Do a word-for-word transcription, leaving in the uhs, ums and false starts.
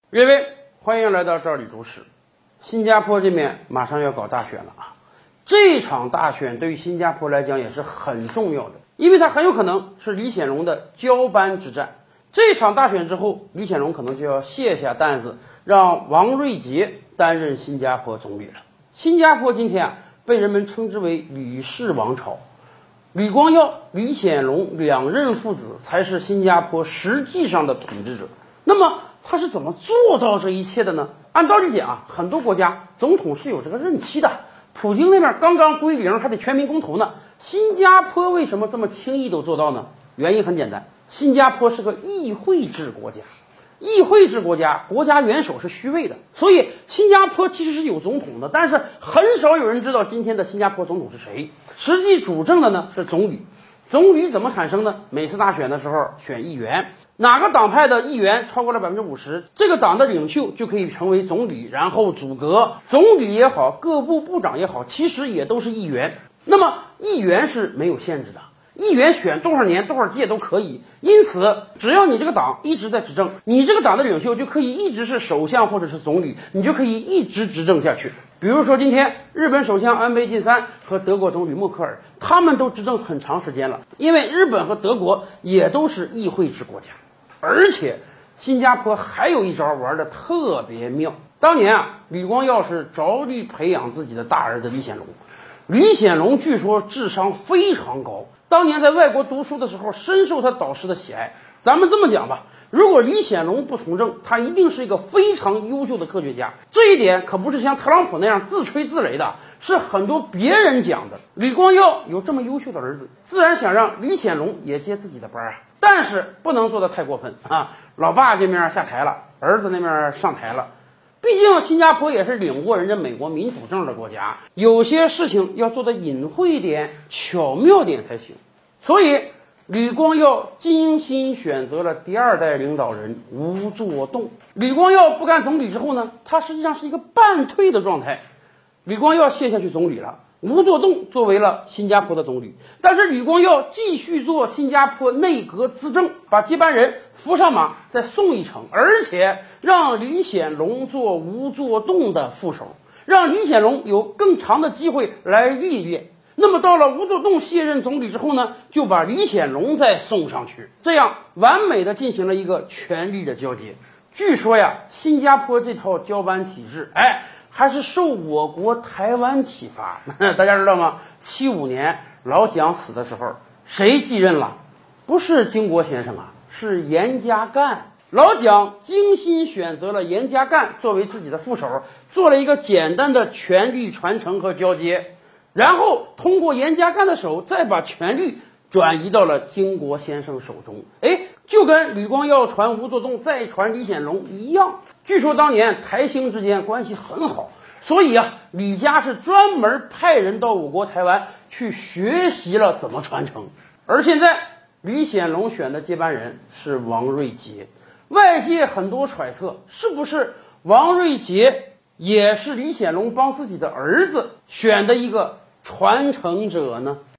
各位，欢迎来到这里读史。新加坡这边马上要搞大选了啊，这场大选对于新加坡来讲也是很重要的，因为它很有可能是李显龙的交班之战。这场大选之后，李显龙可能就要卸下担子，让王瑞杰担任新加坡总理了。新加坡今天啊，被人们称之为李氏王朝，李光耀、李显龙两任父子才是新加坡实际上的统治者。那么他是怎么做到这一切的呢？按道理讲啊，很多国家总统是有这个任期的，普京那边刚刚归零，还得全民公投呢。新加坡为什么这么轻易都做到呢？原因很简单，新加坡是个议会制国家，议会制国家，国家元首是虚位的，所以新加坡其实是有总统的，但是很少有人知道今天的新加坡总统是谁。实际主政的呢是总理。总理怎么产生呢？每次大选的时候选议员，哪个党派的议员超过了百分之五十，这个党的领袖就可以成为总理，然后组阁。总理也好，各部部长也好，其实也都是议员。那么议员是没有限制的，议员选多少年多少届都可以，因此只要你这个党一直在执政，你这个党的领袖就可以一直是首相或者是总理，你就可以一直执政下去。比如说今天日本首相安倍晋三和德国总理默克尔，他们都执政很长时间了，因为日本和德国也都是议会制国家。而且新加坡还有一招玩的特别妙，当年啊，李光耀是着力培养自己的大儿子李显龙。李显龙据说智商非常高，当年在外国读书的时候深受他导师的喜爱。咱们这么讲吧，如果李显龙不从政，他一定是一个非常优秀的科学家。这一点可不是像特朗普那样自吹自擂的，是很多别人讲的。李光耀有这么优秀的儿子，自然想让李显龙也接自己的班啊，但是不能做得太过分啊。老爸这面下台了，儿子那面上台了。毕竟新加坡也是领过人家美国民主政的国家，有些事情要做得隐晦点、巧妙点才行。所以李光耀精心选择了第二代领导人吴作栋。李光耀不干总理之后呢，他实际上是一个半退的状态。李光耀卸下去总理了，吴作栋作为了新加坡的总理，但是李光耀继续做新加坡内阁资政，把接班人扶上马，再送一程，而且让李显龙做吴作栋的副手，让李显龙有更长的机会来历练。那么到了吴作栋卸任总理之后呢，就把李显龙再送上去，这样完美的进行了一个权力的交接。据说呀，新加坡这套交班体制，哎，还是受我国台湾启发。大家知道吗？七五年老蒋死的时候，谁继任了？不是经国先生啊，是严家淦。老蒋精心选择了严家淦作为自己的副手，做了一个简单的权力传承和交接。然后通过严家淦的手，再把权力转移到了经国先生手中。哎，就跟李光耀传吴作栋再传李显龙一样。据说当年台兴之间关系很好，所以啊，李家是专门派人到我国台湾去学习了怎么传承。而现在李显龙选的接班人是王瑞杰，外界很多揣测，是不是王瑞杰也是李显龙帮自己的儿子选的一个传承者呢？